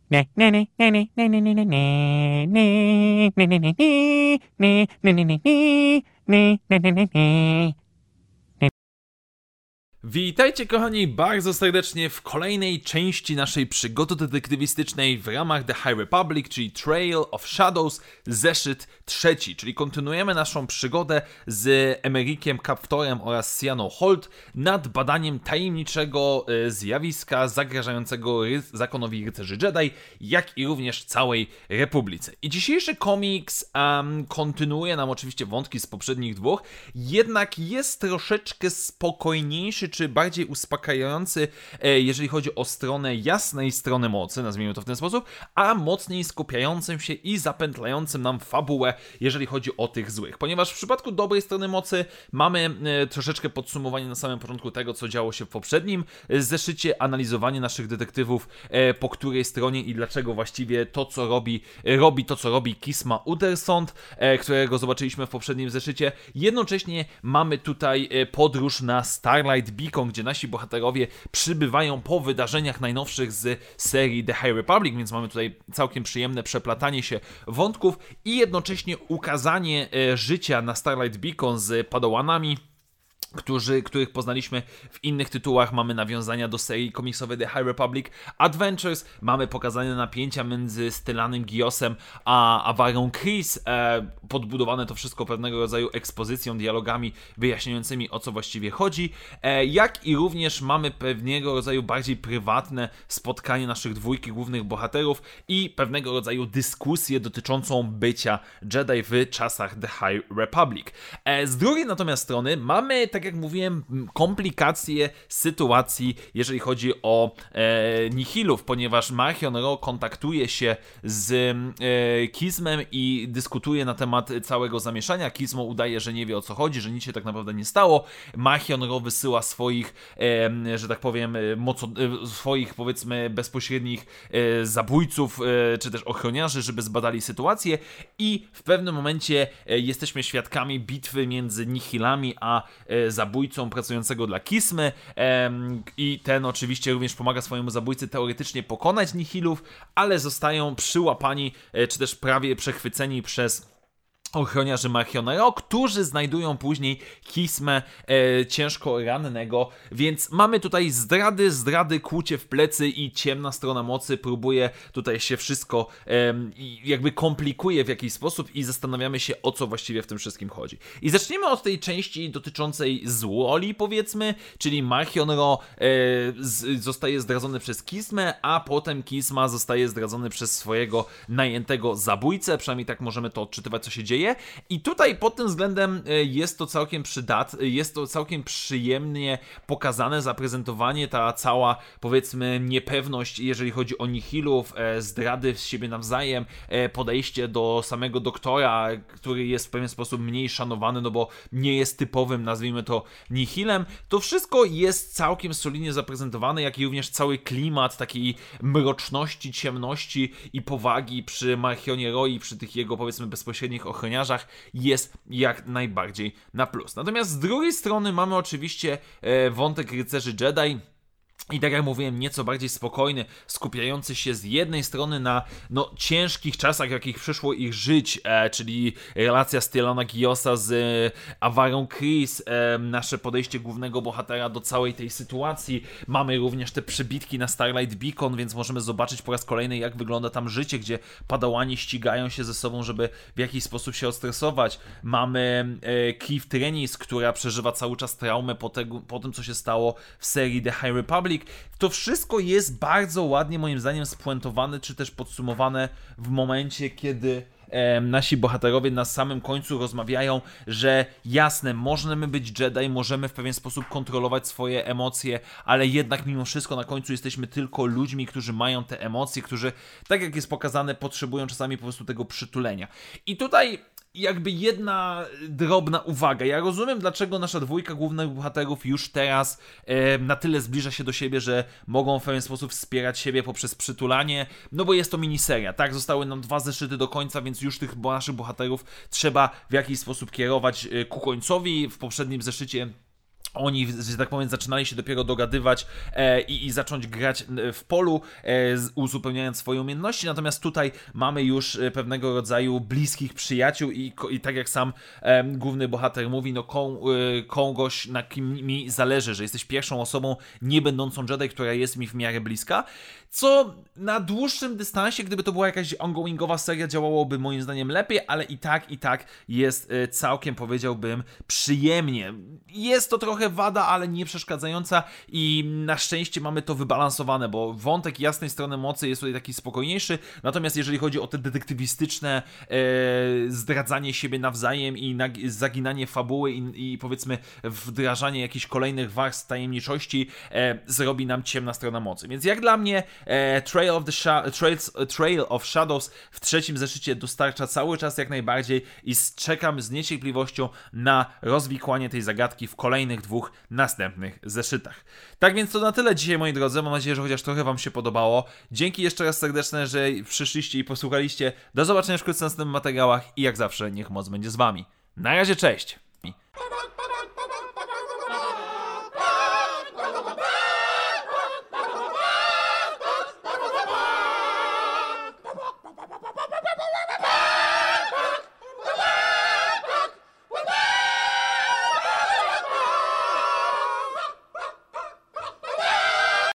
Witajcie kochani bardzo serdecznie w kolejnej części naszej przygody detektywistycznej w ramach The High Republic, czyli Trail of Shadows, zeszyt 3, czyli kontynuujemy naszą przygodę z Emerickiem Kaptorem oraz Sianą Holt nad badaniem tajemniczego zjawiska zagrażającego zakonowi rycerzy Jedi, jak i również całej Republice. I dzisiejszy komiks kontynuuje nam oczywiście wątki z poprzednich dwóch, jednak jest troszeczkę spokojniejszy czy bardziej uspokajający, jeżeli chodzi o stronę jasnej strony mocy, nazwijmy to w ten sposób, a mocniej skupiającym się i zapętlającym nam fabułę, jeżeli chodzi o tych złych. Ponieważ w przypadku dobrej strony mocy mamy troszeczkę podsumowanie na samym początku tego, co działo się w poprzednim zeszycie, analizowanie naszych detektywów, po której stronie i dlaczego właściwie to, co robi to, co robi Kisma Udersond, którego zobaczyliśmy w poprzednim zeszycie. Jednocześnie mamy tutaj podróż na Starlight Beacon, gdzie nasi bohaterowie przybywają po wydarzeniach najnowszych z serii The High Republic, więc mamy tutaj całkiem przyjemne przeplatanie się wątków i jednocześnie ukazanie życia na Starlight Beacon z Padawanami, których poznaliśmy w innych tytułach. Mamy nawiązania do serii komiksowej The High Republic Adventures, mamy pokazane napięcia między Stellanem Giosem a Avarą Kryze, podbudowane to wszystko pewnego rodzaju ekspozycją, dialogami wyjaśniającymi, o co właściwie chodzi, jak i również mamy pewnego rodzaju bardziej prywatne spotkanie naszych dwójki głównych bohaterów i pewnego rodzaju dyskusję dotyczącą bycia Jedi w czasach The High Republic. Z drugiej natomiast strony mamy, tak jak mówiłem, komplikacje sytuacji, jeżeli chodzi o Nihilów, ponieważ Marchion Ro kontaktuje się z Kismem i dyskutuje na temat całego zamieszania. Kismo udaje, że nie wie, o co chodzi, że nic się tak naprawdę nie stało. Marchion Ro wysyła swoich, że tak powiem, swoich, powiedzmy, bezpośrednich zabójców, czy też ochroniarzy, żeby zbadali sytuację i w pewnym momencie jesteśmy świadkami bitwy między Nihilami a zabójcą pracującego dla Kismy, i ten oczywiście również pomaga swojemu zabójcy teoretycznie pokonać Nihilów, ale zostają przyłapani, czy też prawie przechwyceni przez ochroniarzy Marchiona Ro, którzy znajdują później Kismę ciężko rannego, więc mamy tutaj zdrady, kłucie w plecy i ciemna strona mocy próbuje tutaj się wszystko jakby komplikuje w jakiś sposób i zastanawiamy się, o co właściwie w tym wszystkim chodzi. I zacznijmy od tej części dotyczącej złoli, powiedzmy, czyli Marchion Ro zostaje zdradzony przez Kismę, a potem Kisma zostaje zdradzony przez swojego najętego zabójcę, przynajmniej tak możemy to odczytywać, co się dzieje. I tutaj pod tym względem jest to całkiem jest to całkiem przyjemnie pokazane, zaprezentowanie, ta cała, powiedzmy, niepewność, jeżeli chodzi o Nihilów, zdrady z siebie nawzajem, podejście do samego doktora, który jest w pewien sposób mniej szanowany, no bo nie jest typowym, nazwijmy to, Nihilem. To wszystko jest całkiem solidnie zaprezentowane, jak i również cały klimat takiej mroczności, ciemności i powagi przy Marchionie Ro i przy tych jego, powiedzmy, bezpośrednich ochroniarzach jest jak najbardziej na plus. Natomiast z drugiej strony mamy oczywiście wątek rycerzy Jedi. I tak jak mówiłem, nieco bardziej spokojny, skupiający się z jednej strony na ciężkich czasach, w jakich przyszło ich żyć, czyli relacja Stellana Giosa z Avarą Kryze, nasze podejście głównego bohatera do całej tej sytuacji. Mamy również te przybitki na Starlight Beacon, więc możemy zobaczyć po raz kolejny, jak wygląda tam życie, gdzie padałani ścigają się ze sobą, żeby w jakiś sposób się odstresować. Mamy Keeve Trenis, która przeżywa cały czas traumę po tym, co się stało w serii The High Republic. To wszystko jest bardzo ładnie, moim zdaniem, spuentowane, czy też podsumowane w momencie, kiedy nasi bohaterowie na samym końcu rozmawiają, że jasne, możemy być Jedi, możemy w pewien sposób kontrolować swoje emocje, ale jednak mimo wszystko na końcu jesteśmy tylko ludźmi, którzy mają te emocje, którzy, tak jak jest pokazane, potrzebują czasami po prostu tego przytulenia. I tutaj jakby jedna drobna uwaga. Ja rozumiem, dlaczego nasza dwójka głównych bohaterów już teraz na tyle zbliża się do siebie, że mogą w pewien sposób wspierać siebie poprzez przytulanie, no bo jest to miniseria, tak? Zostały nam 2 zeszyty do końca, więc już tych naszych bohaterów trzeba w jakiś sposób kierować ku końcowi. W poprzednim zeszycie oni, że tak powiem, zaczynali się dopiero dogadywać i zacząć grać w polu, uzupełniając swoje umiejętności, natomiast tutaj mamy już pewnego rodzaju bliskich przyjaciół i tak jak sam główny bohater mówi, no kogoś, na kim mi zależy, że jesteś pierwszą osobą nie będącą Jedi, która jest mi w miarę bliska, co na dłuższym dystansie, gdyby to była jakaś ongoingowa seria, działałoby moim zdaniem lepiej, ale i tak jest całkiem, powiedziałbym, przyjemnie. Jest to trochę wada, ale nie przeszkadzająca i na szczęście mamy to wybalansowane, bo wątek jasnej strony mocy jest tutaj taki spokojniejszy, natomiast jeżeli chodzi o te detektywistyczne zdradzanie siebie nawzajem i zaginanie fabuły i powiedzmy wdrażanie jakichś kolejnych warstw tajemniczości, zrobi nam ciemna strona mocy. Więc jak dla mnie Trail of Shadows w trzecim zeszycie dostarcza cały czas jak najbardziej i czekam z niecierpliwością na rozwikłanie tej zagadki w kolejnych 2 następnych zeszytach. Tak więc to na tyle dzisiaj, moi drodzy. Mam nadzieję, że chociaż trochę wam się podobało. Dzięki jeszcze raz serdeczne, że przyszliście i posłuchaliście. Do zobaczenia wkrótce w następnych materiałach i jak zawsze niech moc będzie z wami. Na razie, cześć!